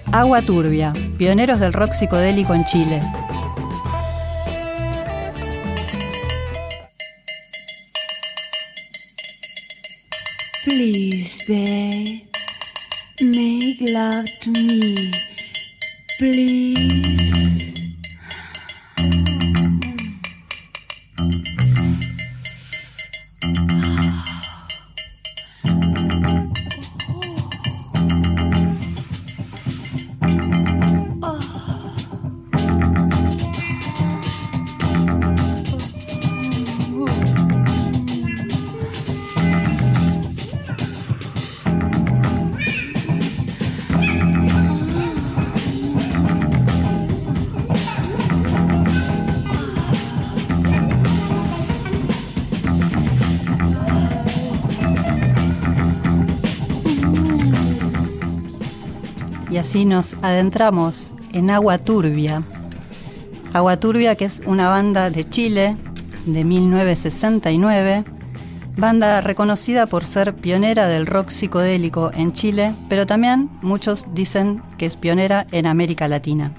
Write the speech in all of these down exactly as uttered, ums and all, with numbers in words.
Agua Turbia, pioneros del rock psicodélico en Chile. Please, babe, make love to me, please. Y así nos adentramos en Agua Turbia. Agua Turbia, que es una banda de Chile de mil novecientos sesenta y nueve, banda reconocida por ser pionera del rock psicodélico en Chile, pero también muchos dicen que es pionera en América Latina.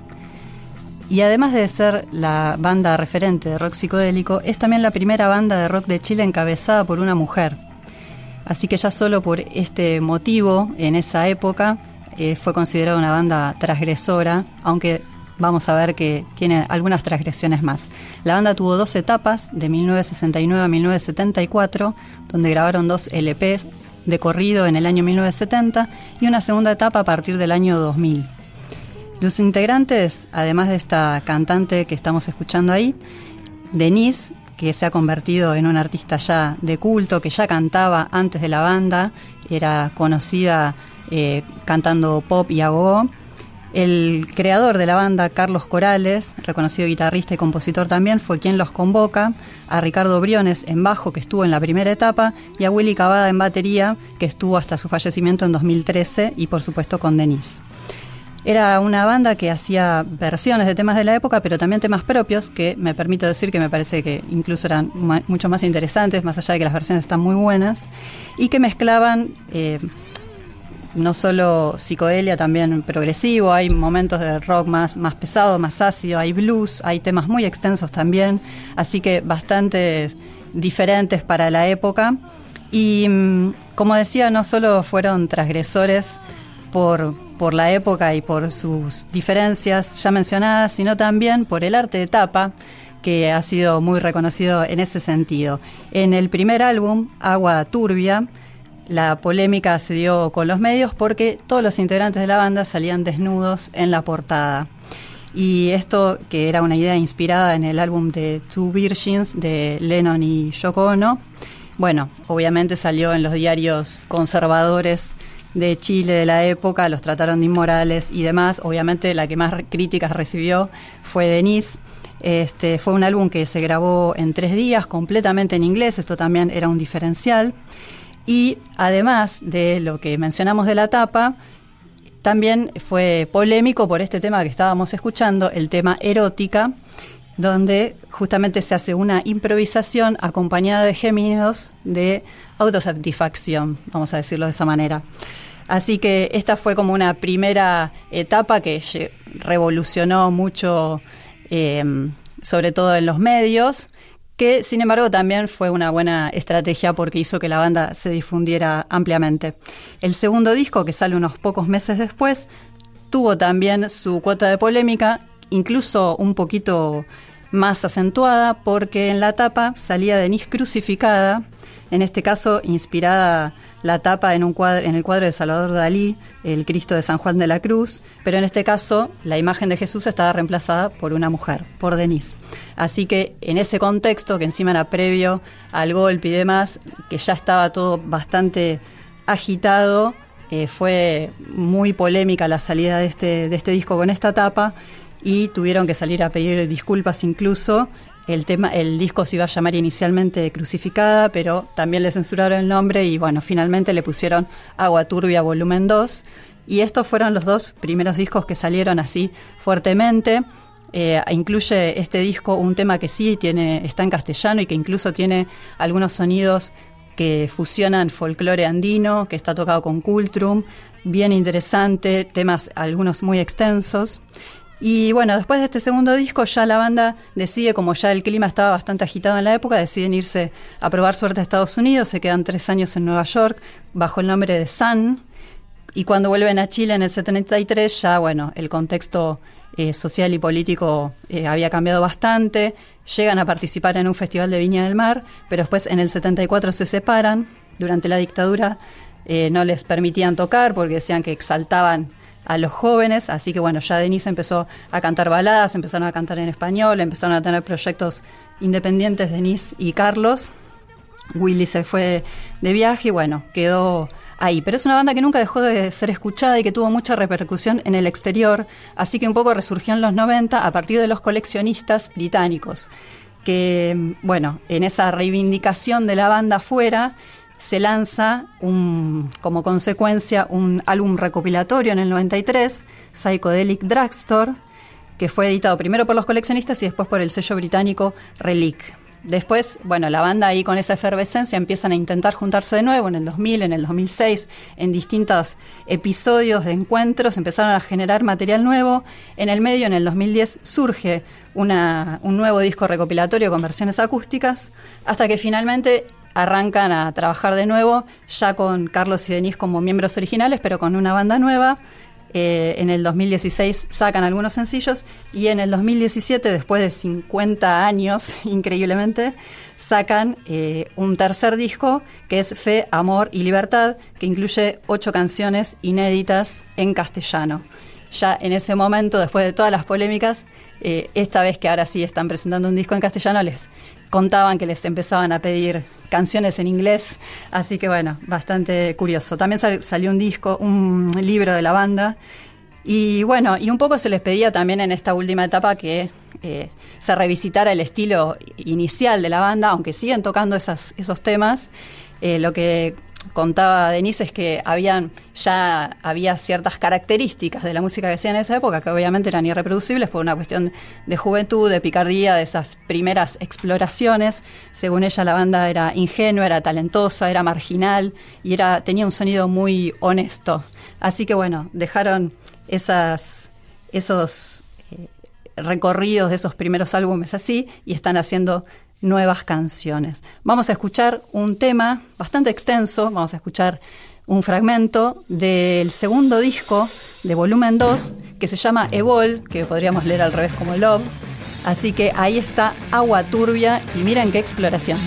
Y además de ser la banda referente de rock psicodélico, es también la primera banda de rock de Chile encabezada por una mujer. Así que ya solo por este motivo, en esa época, Eh, fue considerada una banda transgresora, aunque vamos a ver que tiene algunas transgresiones más. La banda tuvo dos etapas, de mil novecientos sesenta y nueve a mil novecientos setenta y cuatro, donde grabaron dos L Pes de corrido en el año mil novecientos setenta y una segunda etapa a partir del año dos mil. Los integrantes, además de esta cantante que estamos escuchando ahí, Denise, que se ha convertido en una artista ya de culto, que ya cantaba antes de la banda, era conocida Eh, cantando pop y agogó. El creador de la banda, Carlos Corales, reconocido guitarrista y compositor también, fue quien los convoca, a Ricardo Briones en bajo, que estuvo en la primera etapa, y a Willy Cavada en batería, que estuvo hasta su fallecimiento en dos mil trece, y por supuesto con Denise. Era una banda que hacía versiones de temas de la época, pero también temas propios, que me permito decir que me parece que incluso eran ma- mucho más interesantes, más allá de que las versiones están muy buenas, y que mezclaban Eh, no solo psicodelia, también progresivo, hay momentos de rock más, más pesado, más ácido, hay blues, hay temas muy extensos también, así que bastante diferentes para la época. Y como decía, no solo fueron transgresores por, por la época y por sus diferencias ya mencionadas, sino también por el arte de tapa, que ha sido muy reconocido en ese sentido. En el primer álbum, Agua Turbia, la polémica se dio con los medios porque todos los integrantes de la banda salían desnudos en la portada. Y esto, que era una idea inspirada en el álbum de Two Virgins de Lennon y Yoko Ono, bueno, obviamente salió en los diarios conservadores de Chile de la época, los trataron de inmorales y demás. Obviamente la que más críticas recibió fue Denise. Este, fue un álbum que se grabó en tres días, completamente en inglés, esto también era un diferencial. Y además de lo que mencionamos de la tapa, también fue polémico por este tema que estábamos escuchando, el tema Erótica, donde justamente se hace una improvisación acompañada de gemidos de autosatisfacción, vamos a decirlo de esa manera. Así que esta fue como una primera etapa que revolucionó mucho, eh, sobre todo en los medios, que sin embargo también fue una buena estrategia porque hizo que la banda se difundiera ampliamente. El segundo disco, que sale unos pocos meses después, tuvo también su cuota de polémica, incluso un poquito más acentuada, porque en la tapa salía Denise crucificada, en este caso inspirada la tapa en un cuadro, en el cuadro de Salvador Dalí, el Cristo de San Juan de la Cruz, pero en este caso la imagen de Jesús estaba reemplazada por una mujer, por Denise. Así que en ese contexto, que encima era previo al golpe y demás, que ya estaba todo bastante agitado, eh, fue muy polémica la salida de este, de este disco con esta tapa, y tuvieron que salir a pedir disculpas incluso. El tema, el disco se iba a llamar inicialmente Crucificada, pero también le censuraron el nombre y bueno, finalmente le pusieron Agua Turbia Volumen dos. Y estos fueron los dos primeros discos que salieron así fuertemente. Eh, incluye este disco un tema que sí tiene, está en castellano y que incluso tiene algunos sonidos que fusionan folclore andino, que está tocado con Kultrum, bien interesante, temas algunos muy extensos. Y bueno, después de este segundo disco ya la banda decide, como ya el clima estaba bastante agitado en la época, deciden irse a probar suerte a Estados Unidos, se quedan tres años en Nueva York bajo el nombre de Sun, y cuando vuelven a Chile en el setenta y tres ya, bueno, el contexto eh, social y político eh, había cambiado bastante, llegan a participar en un festival de Viña del Mar, pero después en el setenta y cuatro se separan. Durante la dictadura eh, no les permitían tocar porque decían que exaltaban a los jóvenes, así que bueno, ya Denise empezó a cantar baladas, empezaron a cantar en español, empezaron a tener proyectos independientes, Denise y Carlos. Willy se fue de viaje y bueno, quedó ahí. Pero es una banda que nunca dejó de ser escuchada y que tuvo mucha repercusión en el exterior, así que un poco resurgió en los noventa a partir de los coleccionistas británicos, que bueno, en esa reivindicación de la banda afuera, se lanza un, como consecuencia un álbum recopilatorio en el noventa y tres, Psychedelic Drugstore, que fue editado primero por los coleccionistas y después por el sello británico Relic. Después, bueno, la banda ahí con esa efervescencia empiezan a intentar juntarse de nuevo en el dos mil, en el dos mil seis, en distintos episodios de encuentros, empezaron a generar material nuevo. En el medio, en el dos mil diez, surge una, un nuevo disco recopilatorio con versiones acústicas, hasta que finalmente arrancan a trabajar de nuevo, ya con Carlos y Denise como miembros originales, pero con una banda nueva. Eh, en el dos mil dieciséis sacan algunos sencillos y en el dos mil diecisiete, después de cincuenta años, increíblemente, sacan eh, un tercer disco que es Fe, Amor y Libertad, que incluye ocho canciones inéditas en castellano. Ya en ese momento, después de todas las polémicas, eh, esta vez que ahora sí están presentando un disco en castellano, les contaban que les empezaban a pedir canciones en inglés, así que bueno, bastante curioso. También sal, salió un disco, un libro de la banda, y bueno, y un poco se les pedía también en esta última etapa que eh, se revisitara el estilo inicial de la banda, aunque siguen tocando esas, esos temas. Eh, lo que contaba Denise es que habían ya había ciertas características de la música que hacían en esa época que obviamente eran irreproducibles por una cuestión de juventud, de picardía, de esas primeras exploraciones. Según ella, la banda era ingenua, era talentosa, era marginal y era tenía un sonido muy honesto. Así que bueno, dejaron esas esos eh, recorridos de esos primeros álbumes así y están haciendo nuevas canciones. Vamos a escuchar un tema bastante extenso, vamos a escuchar un fragmento del segundo disco de volumen dos que se llama Evol, que podríamos leer al revés como Love. Así que ahí está Agua Turbia y miren qué exploración.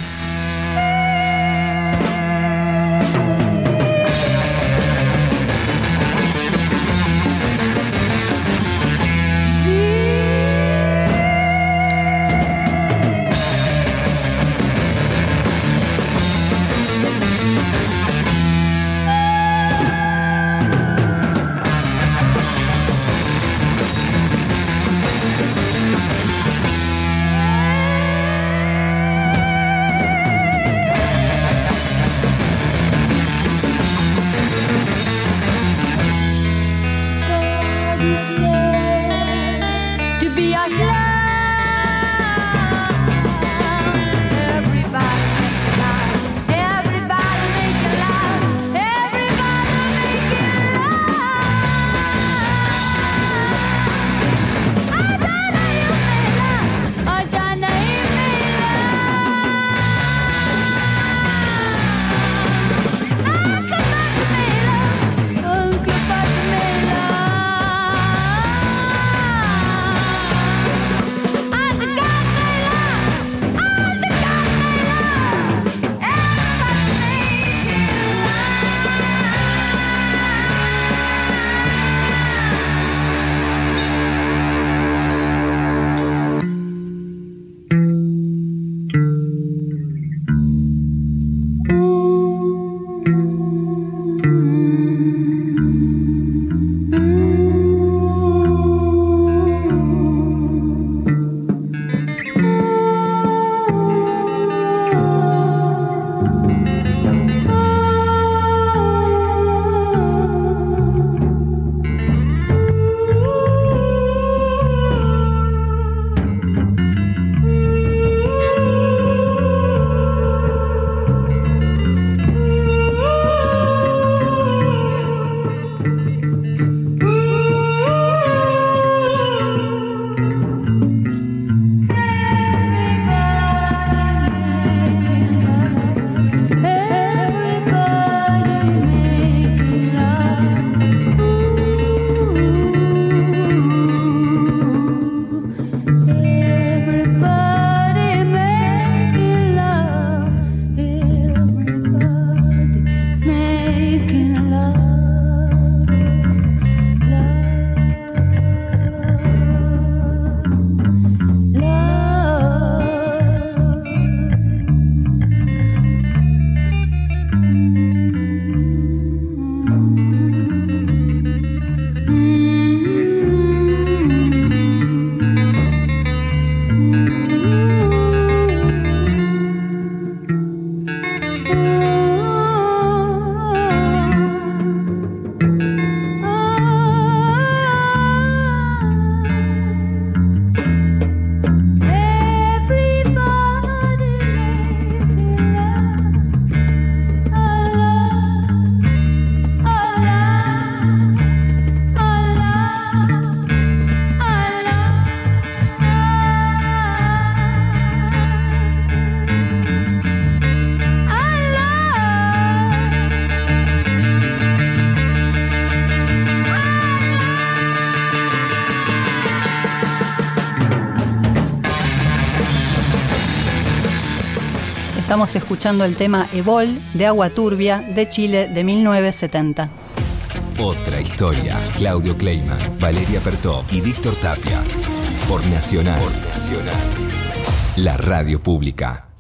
Estamos escuchando el tema Evol de Agua Turbia de Chile de mil novecientos setenta. Otra historia. Claudio Kleiman, Valeria Pertov y Víctor Tapia. Por Nacional. Por Nacional. La radio pública.